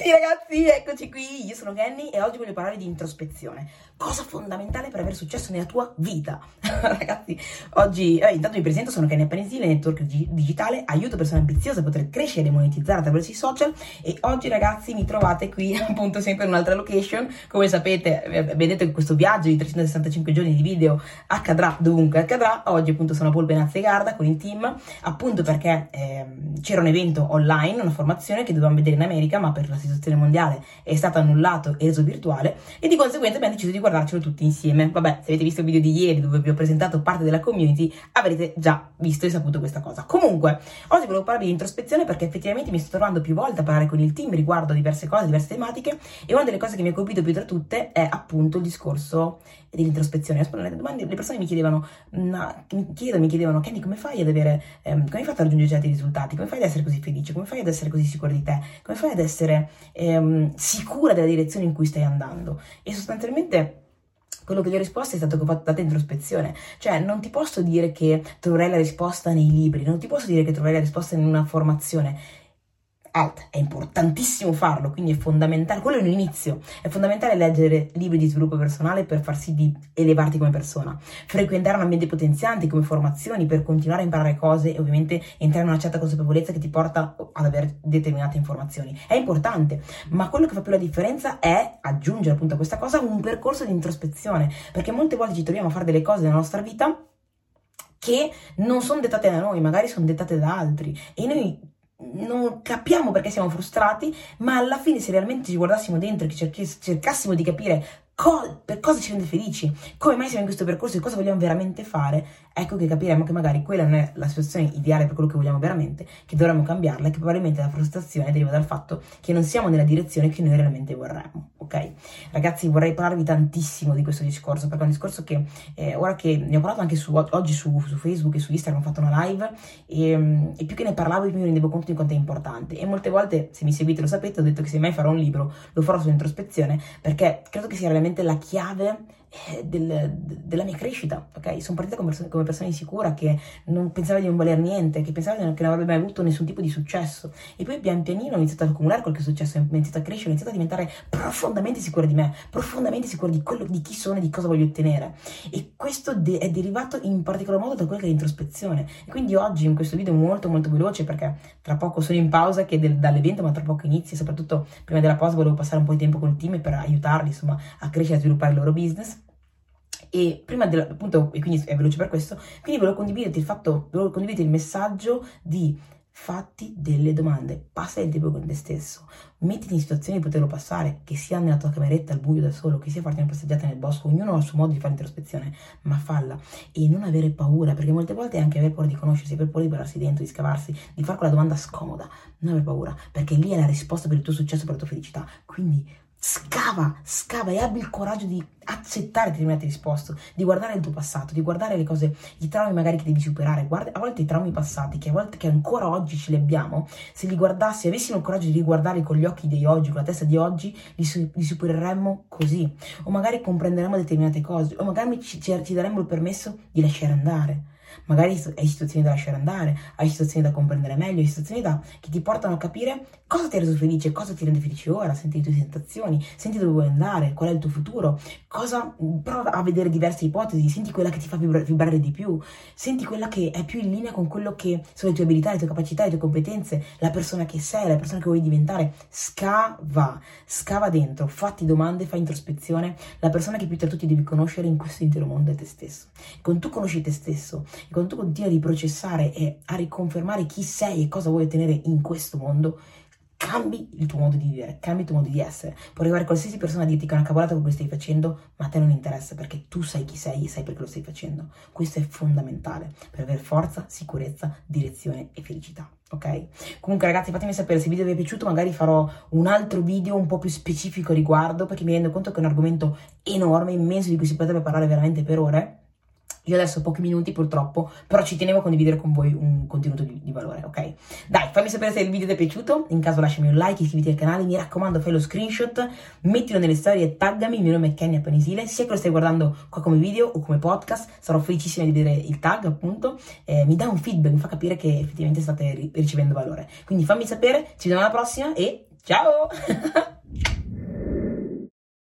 tutti ragazzi, eccoci qui, io sono Kenny e oggi voglio parlare di introspezione, cosa fondamentale per avere successo nella tua vita. Ragazzi, oggi, intanto mi presento, sono Kenny Appanesile, network digitale, aiuto persone ambiziose a poter crescere e monetizzare attraverso i social e oggi ragazzi mi trovate qui appunto sempre in un'altra location. Come sapete, vedete che questo viaggio di 365 giorni di video accadrà dovunque accadrà. Oggi appunto sono a Polpe Nazzegarda con il team, appunto perché c'era un evento online, una formazione che dovevamo vedere in America, ma per la situazione mondiale è stato annullato e reso virtuale e di conseguenza abbiamo deciso di guardarcelo tutti insieme. Vabbè, se avete visto il video di ieri dove vi ho presentato parte della community avrete già visto e saputo questa cosa. Comunque, oggi volevo parlarvi di introspezione perché effettivamente mi sto trovando più volte a parlare con il team riguardo a diverse cose, diverse tematiche, e una delle cose che mi ha colpito più tra tutte è appunto il discorso dell'introspezione. Le domande, le persone mi chiedevano, Kenny, come fai ad avere, come fai a raggiungere certi risultati? Come fai ad essere così felice? Come fai ad essere così sicura di te? Come fai ad essere sicura della direzione in cui stai andando? E sostanzialmente quello che gli ho risposto è stato che ho fatto tanta introspezione. Cioè, non ti posso dire che troverai la risposta nei libri, non ti posso dire che troverai la risposta in una formazione. È importantissimo farlo, quindi è fondamentale, quello è un inizio, è fondamentale leggere libri di sviluppo personale per far sì di elevarti come persona, frequentare un ambiente potenziante come formazioni per continuare a imparare cose e ovviamente entrare in una certa consapevolezza che ti porta ad avere determinate informazioni. È importante, ma quello che fa più la differenza è aggiungere appunto a questa cosa un percorso di introspezione, perché molte volte ci troviamo a fare delle cose nella nostra vita che non sono dettate da noi, magari sono dettate da altri e noi non capiamo perché siamo frustrati, ma alla fine se realmente ci guardassimo dentro e cercassimo di capire per cosa ci rende felici, come mai siamo in questo percorso e cosa vogliamo veramente fare, ecco che capiremo che magari quella non è la situazione ideale per quello che vogliamo veramente, che dovremmo cambiarla e che probabilmente la frustrazione deriva dal fatto che non siamo nella direzione che noi realmente vorremmo, ok? Ragazzi, vorrei parlarvi tantissimo di questo discorso, perché è un discorso che ora che ne ho parlato anche oggi su Facebook e su Instagram, ho fatto una live e più che ne parlavo più mi rendevo conto di quanto è importante, e molte volte, se mi seguite lo sapete, ho detto che se mai farò un libro lo farò sull'introspezione, perché credo che sia veramente la chiave della mia crescita, ok? Sono partita come persona insicura che non pensava di non valer niente, che pensava che non avrebbe mai avuto nessun tipo di successo, e poi pian pianino ho iniziato ad accumulare qualche successo, ho iniziato a crescere, ho iniziato a diventare profondamente sicura di me, profondamente sicura di chi sono e di cosa voglio ottenere, e questo è derivato in particolar modo da quella che è l'introspezione. E quindi oggi in questo video molto molto veloce, perché tra poco sono in pausa dall'evento, ma tra poco inizia, soprattutto prima della pausa volevo passare un po' di tempo con il team per aiutarli insomma a crescere e a sviluppare il loro business. E prima appunto, e quindi è veloce per questo, quindi volevo condividerti il messaggio di fatti delle domande, passa del tempo con te stesso, mettiti in situazioni di poterlo passare, che sia nella tua cameretta al buio da solo, che sia farti una passeggiata nel bosco, ognuno ha il suo modo di fare introspezione, ma falla e non avere paura, perché molte volte è anche aver paura di conoscersi, aver paura di guardarsi dentro, di scavarsi, di fare quella domanda scomoda. Non aver paura, perché lì è la risposta per il tuo successo, per la tua felicità. Quindi scava e abbi il coraggio di accettare determinate risposte, di guardare il tuo passato, di guardare le cose, i traumi magari che devi superare. Guarda, a volte i traumi passati, che a volte che ancora oggi ce li abbiamo, se li guardassi, avessimo il coraggio di riguardarli con gli occhi di oggi, con la testa di oggi, li supereremmo così, o magari comprenderemmo determinate cose, o magari ci daremmo il permesso di lasciare andare. Magari hai situazioni da lasciare andare, hai situazioni da comprendere meglio, hai situazioni che ti portano a capire cosa ti ha reso felice, cosa ti rende felice ora, senti le tue sensazioni, senti dove vuoi andare, qual è il tuo futuro, prova a vedere diverse ipotesi, senti quella che ti fa vibrare di più, senti quella che è più in linea con quello che sono le tue abilità, le tue capacità, le tue competenze, la persona che sei, la persona che vuoi diventare. Scava dentro, fatti domande, fai introspezione. La persona che più tra tutti devi conoscere in questo intero mondo è te stesso. E quando tu conosci te stesso, e quando tu continui a riprocessare e a riconfermare chi sei e cosa vuoi ottenere in questo mondo, cambi il tuo modo di vivere, cambi il tuo modo di essere. Può arrivare qualsiasi persona a dirti che è una cavolata quello che stai facendo, ma a te non interessa, perché tu sai chi sei e sai perché lo stai facendo. Questo è fondamentale per avere forza, sicurezza, direzione e felicità, ok? Comunque ragazzi, fatemi sapere se il video vi è piaciuto, magari farò un altro video un po' più specifico a riguardo, perché mi rendo conto che è un argomento enorme, immenso, di cui si potrebbe parlare veramente per ore. Io adesso ho pochi minuti purtroppo, però ci tenevo a condividere con voi un contenuto di valore, ok? Dai, fammi sapere se il video ti è piaciuto, in caso lasciami un like, iscriviti al canale, mi raccomando fai lo screenshot, mettilo nelle storie e taggami, il mio nome è Kenny Appanesile, sia che lo stai guardando qua come video o come podcast, sarò felicissima di vedere il tag appunto, mi dà un feedback, mi fa capire che effettivamente state ricevendo valore. Quindi fammi sapere, ci vediamo alla prossima e Ciao!